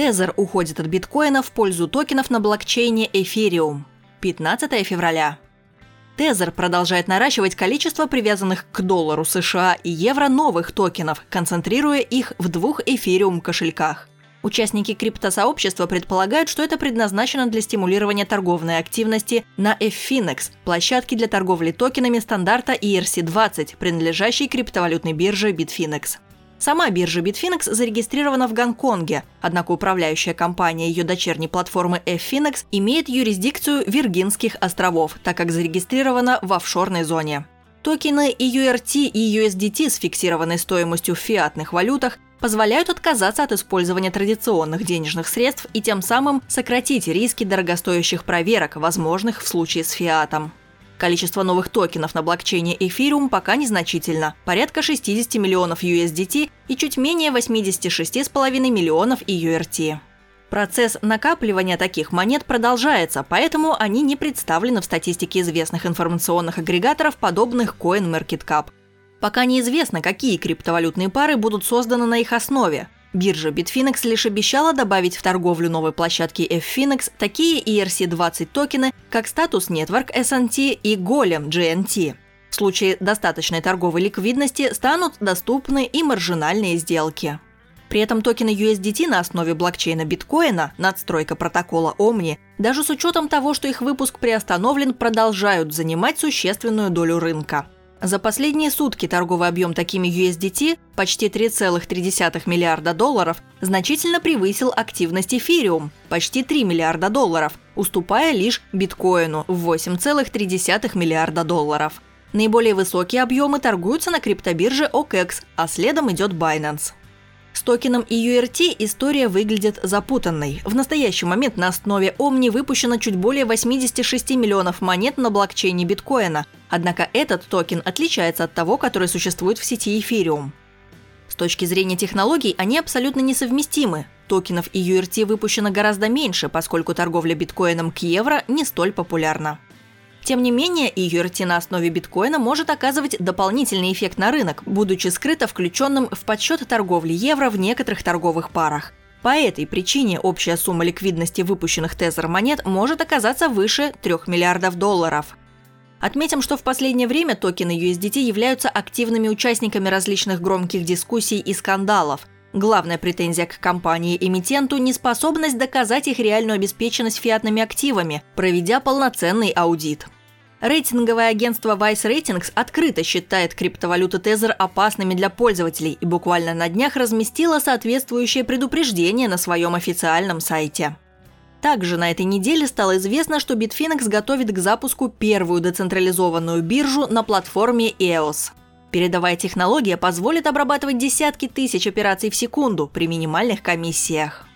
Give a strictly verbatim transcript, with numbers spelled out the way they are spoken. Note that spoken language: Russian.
Tether уходит от биткоина в пользу токенов на блокчейне Ethereum. пятнадцатое февраля. Tether продолжает наращивать количество привязанных к доллару США и евро новых токенов, концентрируя их в двух Ethereum кошельках. Участники криптосообщества предполагают, что это предназначено для стимулирования торговой активности на Ffinex, площадке для торговли токенами стандарта и эр си двадцать, принадлежащей криптовалютной бирже Bitfinex. Сама биржа Bitfinex зарегистрирована в Гонконге, однако управляющая компания ее дочерней платформы Ffinex имеет юрисдикцию Виргинских островов, так как зарегистрирована в офшорной зоне. Токены и ю ар ти и ю эс ди ти с фиксированной стоимостью в фиатных валютах позволяют отказаться от использования традиционных денежных средств и тем самым сократить риски дорогостоящих проверок, возможных в случае с фиатом. Количество новых токенов на блокчейне Ethereum пока незначительно – порядка шестьдесят миллионов ю эс ди ти и чуть менее восемьдесят шесть целых пять десятых миллионов и ю ар ти. Процесс накапливания таких монет продолжается, поэтому они не представлены в статистике известных информационных агрегаторов, подобных CoinMarketCap. Пока неизвестно, какие криптовалютные пары будут созданы на их основе. Биржа Bitfinex лишь обещала добавить в торговлю новой площадки Ffinex такие и эр си двадцать токены, как Status Network эс эн ти и Golem джи эн ти. В случае достаточной торговой ликвидности станут доступны и маржинальные сделки. При этом токены ю эс ди ти на основе блокчейна биткоина, надстройка протокола Omni, даже с учетом того, что их выпуск приостановлен, продолжают занимать существенную долю рынка. За последние сутки торговый объем такими ю эс ди ти, почти три целых три десятых миллиарда долларов, значительно превысил активность Ethereum – почти три миллиарда долларов, уступая лишь биткоину в восемь целых три десятых миллиарда долларов. Наиболее высокие объемы торгуются на криптобирже о кекс, а следом идет Binance. С токеном и ю ар ти история выглядит запутанной. В настоящий момент на основе Omni выпущено чуть более восемьдесят шесть миллионов монет на блокчейне биткоина, однако этот токен отличается от того, который существует в сети Ethereum. С точки зрения технологий они абсолютно несовместимы. Токенов и ю ар ти выпущено гораздо меньше, поскольку торговля биткоином к евро не столь популярна. Тем не менее, и ю ар ти на основе биткоина может оказывать дополнительный эффект на рынок, будучи скрыто включенным в подсчет торговли евро в некоторых торговых парах. По этой причине общая сумма ликвидности выпущенных Tether монет может оказаться выше трёх миллиардов долларов. Отметим, что в последнее время токены ю эс ди ти являются активными участниками различных громких дискуссий и скандалов. Главная претензия к компании-эмитенту – неспособность доказать их реальную обеспеченность фиатными активами, проведя полноценный аудит. Рейтинговое агентство Vice Ratings открыто считает криптовалюты Tether опасными для пользователей и буквально на днях разместило соответствующее предупреждение на своем официальном сайте. Также на этой неделе стало известно, что Bitfinex готовит к запуску первую децентрализованную биржу на платформе и о эс. Передовая технология позволит обрабатывать десятки тысяч операций в секунду при минимальных комиссиях.